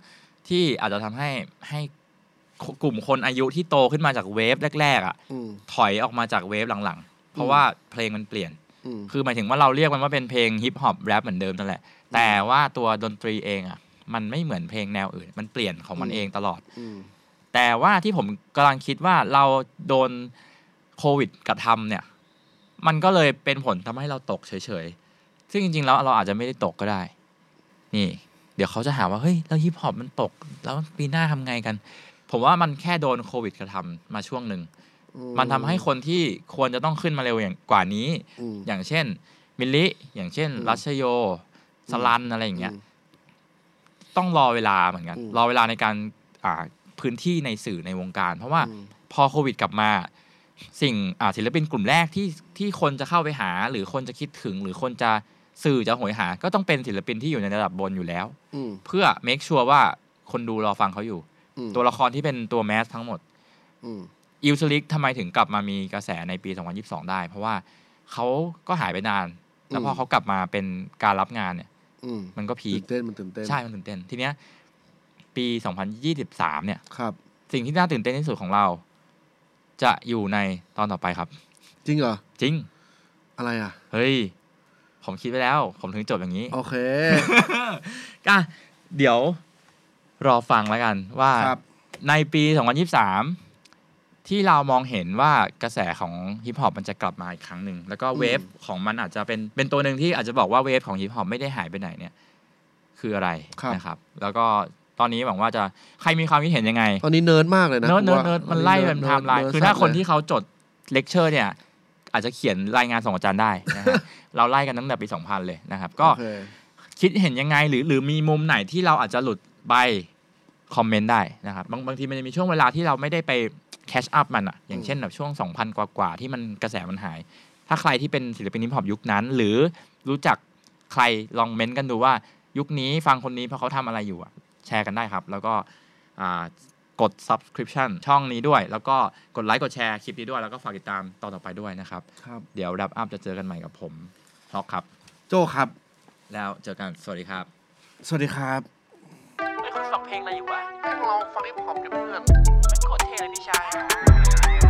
ที่อาจจะทำให้ให้กลุ่มคนอายุที่โตขึ้นมาจากเวฟแรกๆอ่ะถอยออกมาจากเวฟหลังๆเพราะว่าเพลงมันเปลี่ยนคือหมายถึงว่าเราเรียกมันว่าเป็นเพลงฮิปฮอปแรปเหมือนเดิมนั่นแหละแต่ว่าตัวดนตรีเองอ่ะมันไม่เหมือนเพลงแนวอื่นมันเปลี่ยนของมันเองตลอดแต่ว่าที่ผมกำลังคิดว่าเราโดนโควิดกระทำเนี่ยมันก็เลยเป็นผลทำให้เราตกเฉยๆซึ่งจริงๆแล้วเราอาจจะไม่ได้ตกก็ได้นี่เดี๋ยวเขาจะหาว่าเฮ้ยแล้วฮิปฮอปมันตกแล้วปีหน้าทำไงกันผมว่ามันแค่โดนโควิดกระทำมาช่วงหนึ่งมันทำให้คนที่ควรจะต้องขึ้นมาเร็วอย่างกว่านี้อย่างเช่นมิลลิอย่างเช่นรัชโยสลันอะไรอย่างเงี้ยต้องรอเวลาเหมือนกันรอเวลาในการอ่าพื้นที่ในสื่อในวงการเพราะว่าพอโควิดกลับมาสิ่งอ่าศิลปินกลุ่มแรกที่ที่คนจะเข้าไปหาหรือคนจะคิดถึงหรือคนจะสื่อจะโหยหาก็ต้องเป็นศิลปินที่อยู่ในระดับบนอยู่แล้วเพื่อ make sure ว่าคนดูรอฟังเขาอยู่ตัวละครที่เป็นตัวแมสทั้งหมดอิลสลิกทำไมถึงกลับมามีกระแสในปีสองพันยี่สิบสองได้เพราะว่าเขาก็หายไปนานแล้วพอเขากลับมาเป็นการรับงานเนี่ยมันก็พีคตื่นเต้นมันตื่นเต้นใช่มันตื่นเต้นทีเนี้ยปีสองพันยี่สิบสามเนี่ยครับสิ่งที่น่าตื่นเต้นที่สุดของเราจะอยู่ในตอนต่อไปครับจริงเหรอจริงอะไรอ่ะเฮ้ยผมคิดไว้แล้วผมถึงจบอย่างนี้โอเคก็เดี๋ยวรอฟังแล้วกันว่าในปีสองพันยี่สิบสามที่เรามองเห็นว่ากระแสของฮิปฮอปมันจะกลับมาอีกครั้งหนึ่งแล้วก็เวฟของมันอาจจะเป็นเป็นตัวหนึ่งที่อาจจะบอกว่าเวฟของฮิปฮอปไม่ได้หายไปไหนเนี่ยคืออะไรนะครับแล้วก็ตอนนี้หวังว่าจะใครมีความคิดเห็นยังไงตอนนี้เนิร์ดมากเลยนะเนิร์ดเนิร์ดเนิร์ดมันไล่เป็นไทม์ไลน์คือถ้าคนที่เขาจดเลคเชอร์เนี่ยอาจจะเขียนรายงานส่งอาจารย์ได้นะฮะเราไล่กันตั้งแต่ปีสองพันเลยนะครับก็คิดเห็นยังไงหรือหรือมีมุมไหนที่เราอาจจะหลุดไปคอมเมนต์ได้นะครับบางบางทีมันจะมีช่วงเวลาที่เราไม่ได้ไปแคชอัพมันอ่ะอย่างเช่นแบบช่วง สองพัน กว่าๆที่มันกระแสมันหายถ้าใครที่เป็นศิลปินฮิปฮอปยุคนั้นหรือรู้จักใครลองเม้นต์กันดูว่ายุคนี้ฟังคนนี้เพราะเขาทำอะไรอยู่อ่ะแชร์กันได้ครับแล้วก็กด subscription ช่องนี้ด้วยแล้วก็กดไลค์กดแชร์คลิปนี้ด้วยแล้วก็ฝากติดตามตอนต่อไปด้วยนะครับเดี๋ยวรับอัพจะเจอกันใหม่กับผมฮอกครับโจครับแล้วเจอกันสวัสดีครับสวัสดีครับไม่คุณฟังเพลงอะไรอยู่วะลองฟังฮิปฮอปกับเพื่อนไม่โคตรเท่เลยพี่ชาย